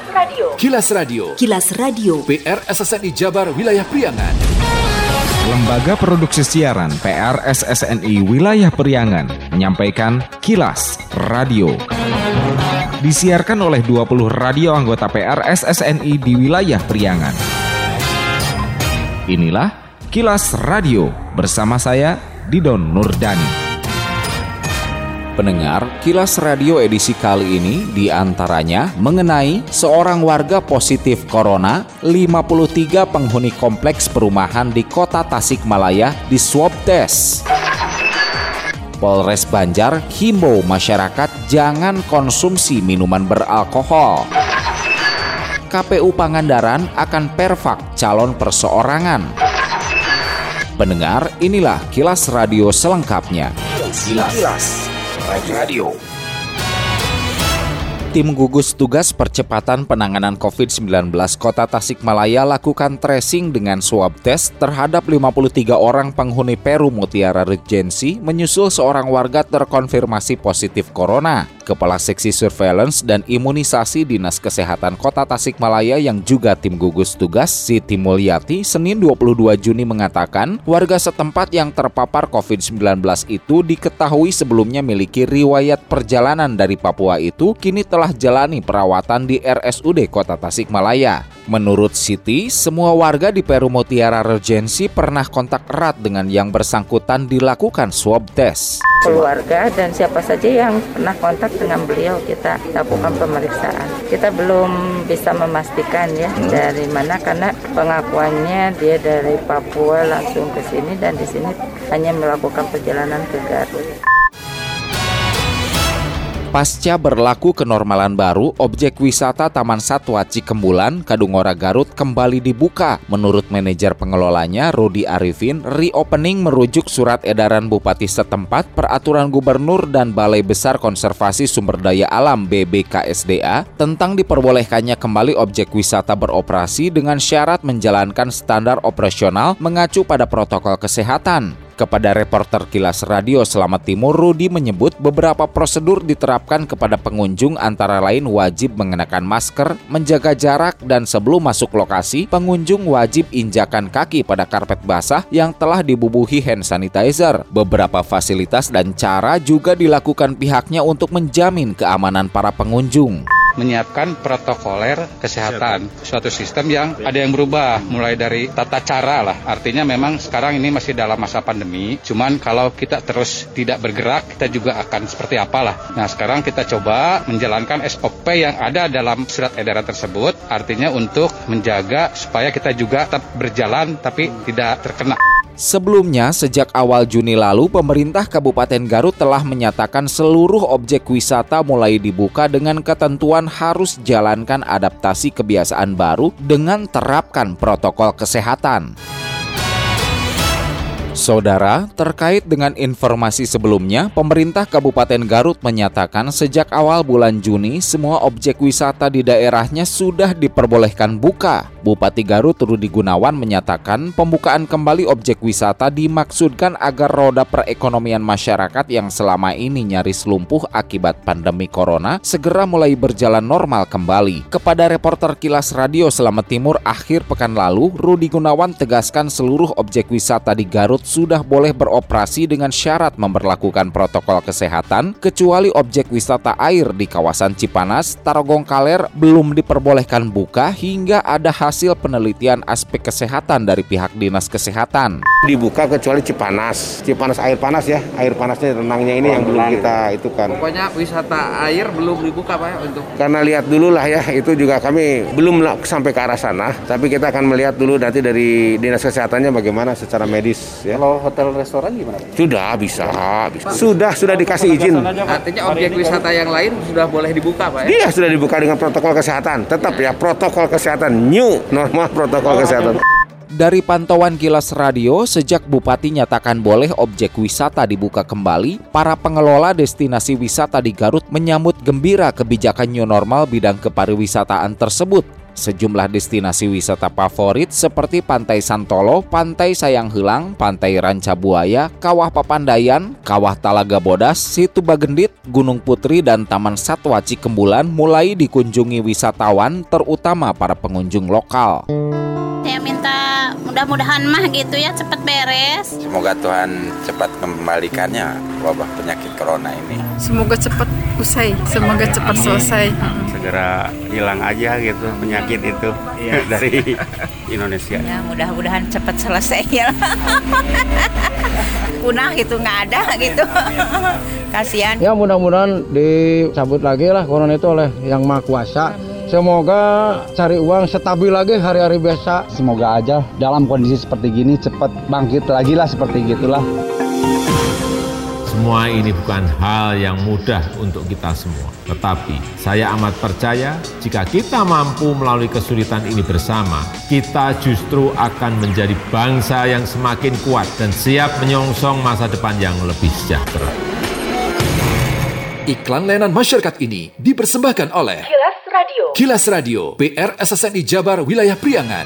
Kilas Radio. PR SSNI Jabar Wilayah Priangan. Lembaga Produksi Siaran PR SSNI Wilayah Priangan menyampaikan Kilas Radio. Disiarkan oleh 20 radio anggota PR SSNI di wilayah Priangan. Inilah Kilas Radio bersama saya Didon Nurdani. Pendengar, Kilas Radio edisi kali ini diantaranya mengenai seorang warga positif corona, 53 penghuni kompleks perumahan di kota Tasikmalaya di swab tes. Polres Banjar himbau masyarakat jangan konsumsi minuman beralkohol. KPU Pangandaran akan perfak calon perseorangan. Pendengar, inilah Kilas Radio selengkapnya. Kilas Radio. Tim gugus tugas percepatan penanganan COVID-19 Kota Tasikmalaya lakukan tracing dengan swab test terhadap 53 orang penghuni Peru Mutiara Regency menyusul seorang warga terkonfirmasi positif corona. Kepala Seksi Surveillance dan Imunisasi Dinas Kesehatan Kota Tasikmalaya yang juga tim gugus tugas Siti Mulyati Senin 22 Juni mengatakan warga setempat yang terpapar COVID-19 itu diketahui sebelumnya memiliki riwayat perjalanan dari Papua itu kini telah jalani perawatan di RSUD Kota Tasikmalaya. Menurut Siti, semua warga di Peru Mutiara Regency pernah kontak erat dengan yang bersangkutan dilakukan swab test. Keluarga dan siapa saja yang pernah kontak dengan beliau kita lakukan pemeriksaan. Kita belum bisa memastikan ya dari mana karena pengakuannya dia dari Papua langsung ke sini dan di sini hanya melakukan perjalanan ke Garut. Pasca berlaku kenormalan baru, objek wisata Taman Satwa Cikembulan, Kadungora Garut kembali dibuka. Menurut manajer pengelolanya, Rudi Arifin, reopening merujuk surat edaran Bupati setempat, Peraturan Gubernur dan Balai Besar Konservasi Sumber Daya Alam BBKSDA tentang diperbolehkannya kembali objek wisata beroperasi dengan syarat menjalankan standar operasional mengacu pada protokol kesehatan. Kepada reporter Kilas Radio Selamat Timur, Rudi menyebut beberapa prosedur diterapkan kepada pengunjung antara lain wajib mengenakan masker, menjaga jarak, dan sebelum masuk lokasi, pengunjung wajib injakan kaki pada karpet basah yang telah dibubuhi hand sanitizer. Beberapa fasilitas dan cara juga dilakukan pihaknya untuk menjamin keamanan para pengunjung. Menyiapkan protokoler kesehatan, suatu sistem yang ada yang berubah mulai dari tata cara lah. Artinya memang sekarang ini masih dalam masa pandemi, cuman kalau kita terus tidak bergerak, kita juga akan seperti apalah. Nah sekarang kita coba menjalankan SOP yang ada dalam surat edaran tersebut, artinya untuk menjaga supaya kita juga tetap berjalan tapi tidak terkena. Sebelumnya, sejak awal Juni lalu, pemerintah Kabupaten Garut telah menyatakan seluruh objek wisata mulai dibuka dengan ketentuan harus jalankan adaptasi kebiasaan baru dengan terapkan protokol kesehatan. Saudara, terkait dengan informasi sebelumnya, pemerintah Kabupaten Garut menyatakan sejak awal bulan Juni semua objek wisata di daerahnya sudah diperbolehkan buka. Bupati Garut Rudi Gunawan menyatakan pembukaan kembali objek wisata dimaksudkan agar roda perekonomian masyarakat yang selama ini nyaris lumpuh akibat pandemi corona segera mulai berjalan normal kembali. Kepada reporter Kilas Radio Selamat Timur akhir pekan lalu, Rudi Gunawan tegaskan seluruh objek wisata di Garut sudah boleh beroperasi dengan syarat memperlakukan protokol kesehatan kecuali objek wisata air di kawasan Cipanas, Tarogong Kaler belum diperbolehkan buka hingga ada hasil penelitian aspek kesehatan dari pihak Dinas Kesehatan. Dibuka kecuali Cipanas air panas ya, air panasnya renangnya ini yang belum kita itu kan. Pokoknya wisata air belum dibuka Pak ya untuk. Karena lihat dulu lah ya, itu juga kami belum sampai ke arah sana, tapi kita akan melihat dulu nanti dari Dinas Kesehatannya bagaimana secara medis ya. Kalau hotel restoran gimana? Sudah bisa. Sudah dikasih izin. Artinya objek wisata yang lain sudah boleh dibuka Pak ya? Iya, sudah dibuka dengan protokol kesehatan. Tetap ya protokol kesehatan, new normal protokol kesehatan. Dari pantauan Kilas Radio, sejak Bupati nyatakan boleh objek wisata dibuka kembali, para pengelola destinasi wisata di Garut menyambut gembira kebijakan new normal bidang kepariwisataan tersebut. Sejumlah destinasi wisata favorit seperti Pantai Santolo, Pantai Sayang Heulang, Pantai Ranca Buaya, Kawah Papandayan, Kawah Talaga Bodas, Situ Bagendit, Gunung Putri, dan Taman Satwa Cikembulan mulai dikunjungi wisatawan, terutama para pengunjung lokal. Saya minta mudah-mudahan mah gitu ya cepat beres. Semoga Tuhan cepat kembalikannya wabah penyakit corona ini. Semoga cepat usai, semoga cepat selesai. Segera hilang aja gitu penyakit itu dari Indonesia. Ya mudah-mudahan cepat selesai ya. Punah gitu nggak ada gitu. Kasihan. Ya mudah-mudahan dicabut lagi lah corona itu oleh Yang Maha Kuasa. Semoga cari uang stabil lagi hari-hari biasa. Semoga aja dalam kondisi seperti gini cepat bangkit lagi lah seperti gitulah. Semua ini bukan hal yang mudah untuk kita semua. Tetapi saya amat percaya jika kita mampu melalui kesulitan ini bersama, kita justru akan menjadi bangsa yang semakin kuat dan siap menyongsong masa depan yang lebih sejahtera. Iklan layanan masyarakat ini dipersembahkan oleh Kilas Radio, PR SSNI Jabar Wilayah Priangan.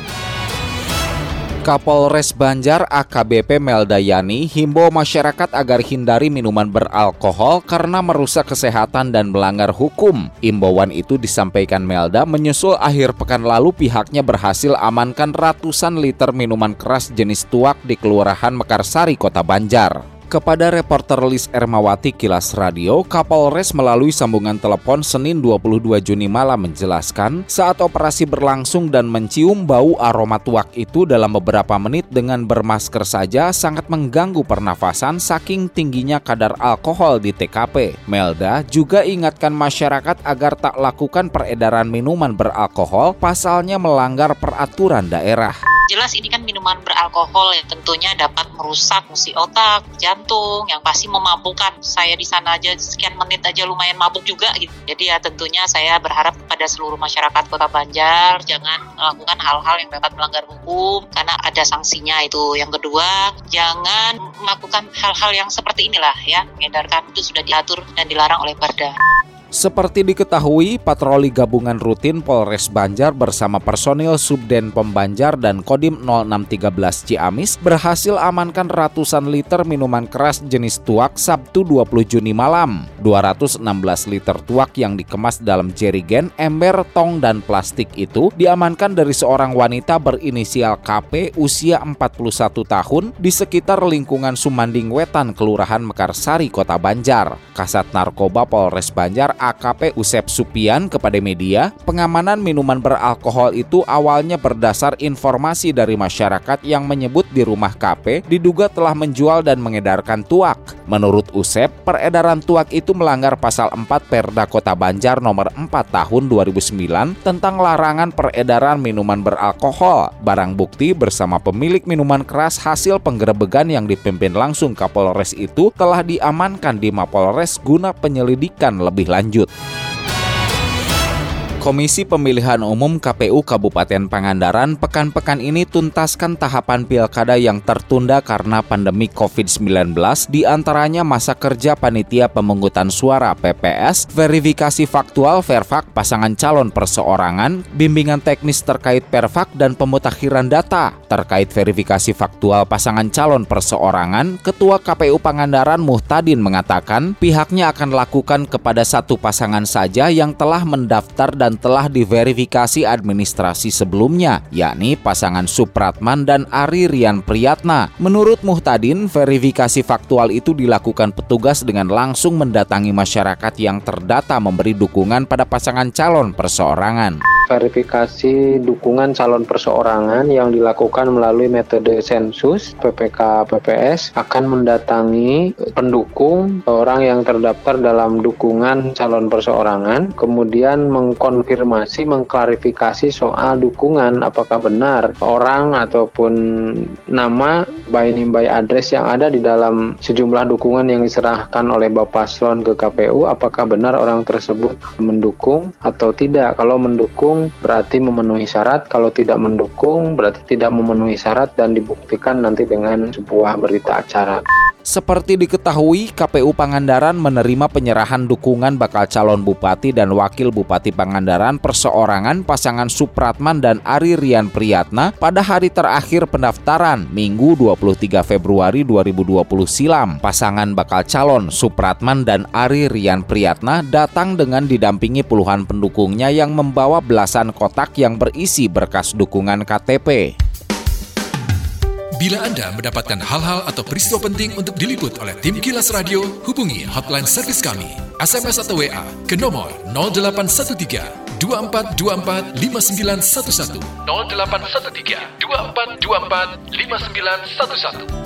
Kapolres Banjar AKBP Melda Yani himbau masyarakat agar hindari minuman beralkohol karena merusak kesehatan dan melanggar hukum. Imbauan itu disampaikan Melda menyusul akhir pekan lalu pihaknya berhasil amankan ratusan liter minuman keras jenis tuak di Kelurahan Mekarsari, Kota Banjar. Kepada reporter Lis Ermawati Kilas Radio, Kapolres melalui sambungan telepon Senin 22 Juni malam menjelaskan saat operasi berlangsung dan mencium bau aroma tuak itu dalam beberapa menit dengan bermasker saja sangat mengganggu pernafasan saking tingginya kadar alkohol di TKP. Melda juga ingatkan masyarakat agar tak lakukan peredaran minuman beralkohol, pasalnya melanggar peraturan daerah. Jelas ini kan minuman beralkohol yang tentunya dapat merusak fungsi otak, jantung, yang pasti memabukkan. Saya di sana aja sekian menit aja lumayan mabuk juga gitu. Jadi ya tentunya saya berharap kepada seluruh masyarakat Kota Banjar jangan melakukan hal-hal yang dapat melanggar hukum karena ada sanksinya itu. Yang kedua, jangan melakukan hal-hal yang seperti inilah ya. Mengedarkan itu sudah diatur dan dilarang oleh Perda. Seperti diketahui, patroli gabungan rutin Polres Banjar bersama personil Subden Pom Banjar dan Kodim 0613 Ciamis berhasil amankan ratusan liter minuman keras jenis tuak Sabtu 20 Juni malam. 216 liter tuak yang dikemas dalam jerigen, ember, tong, dan plastik itu diamankan dari seorang wanita berinisial KP usia 41 tahun di sekitar lingkungan Sumanding Wetan, Kelurahan Mekarsari, Kota Banjar. Kasat Narkoba Polres Banjar AKP Usep Supian kepada media, pengamanan minuman beralkohol itu awalnya berdasar informasi dari masyarakat yang menyebut di rumah KP diduga telah menjual dan mengedarkan tuak. Menurut Usep, peredaran tuak itu melanggar pasal 4 Perda Kota Banjar nomor 4 tahun 2009 tentang larangan peredaran minuman beralkohol. Barang bukti bersama pemilik minuman keras hasil penggerebegan yang dipimpin langsung Kapolres itu telah diamankan di Mapolres guna penyelidikan lebih lanjut. Komisi Pemilihan Umum KPU Kabupaten Pangandaran pekan-pekan ini tuntaskan tahapan pilkada yang tertunda karena pandemi COVID-19, diantaranya masa kerja panitia pemungutan suara PPS, verifikasi faktual Verfak pasangan calon perseorangan, bimbingan teknis terkait Perfak dan pemutakhiran data. Terkait verifikasi faktual pasangan calon perseorangan, Ketua KPU Pangandaran Muhtadin mengatakan pihaknya akan lakukan kepada satu pasangan saja yang telah mendaftar dan telah diverifikasi administrasi sebelumnya, yakni pasangan Supratman dan Ari Rian Priyatna. Menurut Muhtadin, verifikasi faktual itu dilakukan petugas dengan langsung mendatangi masyarakat yang terdata memberi dukungan pada pasangan calon perseorangan. Verifikasi dukungan calon perseorangan yang dilakukan melalui metode sensus PPK PPS akan mendatangi pendukung orang yang terdaftar dalam dukungan calon perseorangan, kemudian mengkonfirmasi, mengklarifikasi soal dukungan apakah benar orang ataupun nama by name by address yang ada di dalam sejumlah dukungan yang diserahkan oleh Bapak Paslon ke KPU, apakah benar orang tersebut mendukung atau tidak. Kalau mendukung berarti memenuhi syarat, kalau tidak mendukung berarti tidak memenuhi syarat dan dibuktikan nanti dengan sebuah berita acara. Seperti diketahui, KPU Pangandaran menerima penyerahan dukungan bakal calon bupati dan wakil bupati Pangandaran perseorangan pasangan Supratman dan Ari Rian Priyatna pada hari terakhir pendaftaran Minggu 23 Februari 2020 silam. Pasangan bakal calon Supratman dan Ari Rian Priyatna datang dengan didampingi puluhan pendukungnya yang membawa belasan kotak yang berisi berkas dukungan KTP. Bila Anda mendapatkan hal-hal atau peristiwa penting untuk diliput oleh tim Kilas Radio, hubungi hotline servis kami, SMS atau WA ke nomor 0813 2424 5911 0813 2424 5911.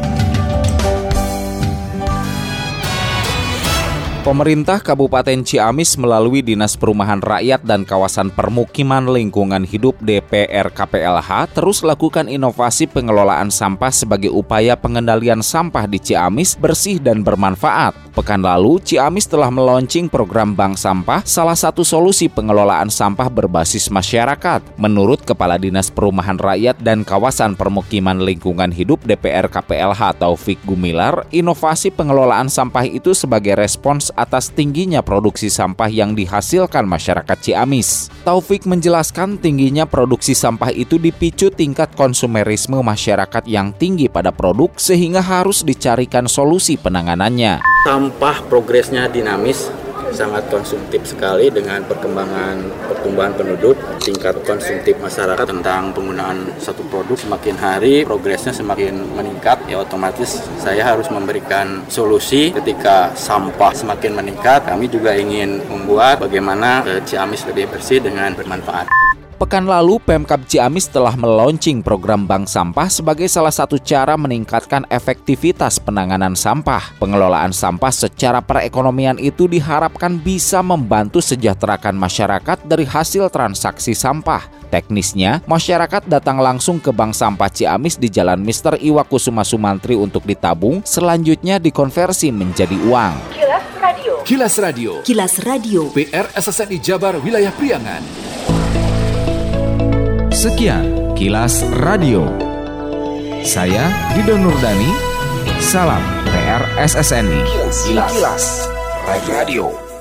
Pemerintah Kabupaten Ciamis melalui Dinas Perumahan Rakyat dan Kawasan Permukiman Lingkungan Hidup DPR KPLH terus lakukan inovasi pengelolaan sampah sebagai upaya pengendalian sampah di Ciamis bersih dan bermanfaat. Pekan lalu, Ciamis telah meluncing program Bank Sampah, salah satu solusi pengelolaan sampah berbasis masyarakat. Menurut Kepala Dinas Perumahan Rakyat dan Kawasan Permukiman Lingkungan Hidup DPR KPLH Taufik Gumilar, inovasi pengelolaan sampah itu sebagai respons atas tingginya produksi sampah yang dihasilkan masyarakat Ciamis. Taufik menjelaskan tingginya produksi sampah itu dipicu tingkat konsumerisme masyarakat yang tinggi pada produk sehingga harus dicarikan solusi penanganannya. Sampah progresnya dinamis, sangat konsumtif sekali dengan perkembangan pertumbuhan penduduk, tingkat konsumtif masyarakat tentang penggunaan satu produk semakin hari progresnya semakin meningkat, ya otomatis saya harus memberikan solusi ketika sampah semakin meningkat. Kami juga ingin membuat bagaimana Ciamis lebih bersih dengan bermanfaat. Pekan lalu, Pemkab Ciamis telah meluncing program Bank Sampah sebagai salah satu cara meningkatkan efektivitas penanganan sampah. Pengelolaan sampah secara perekonomian itu diharapkan bisa membantu sejahterakan masyarakat dari hasil transaksi sampah. Teknisnya, masyarakat datang langsung ke Bank Sampah Ciamis di Jalan Mr. Iwa Kusuma Sumantri untuk ditabung, selanjutnya dikonversi menjadi uang. Kilas Radio. Kilas Radio. Kilas Radio. PR SSNI Jabar Wilayah Priangan. Sekian Kilas Radio. Saya Dido Nurdani. Salam PR SSNI. Kilas Radio.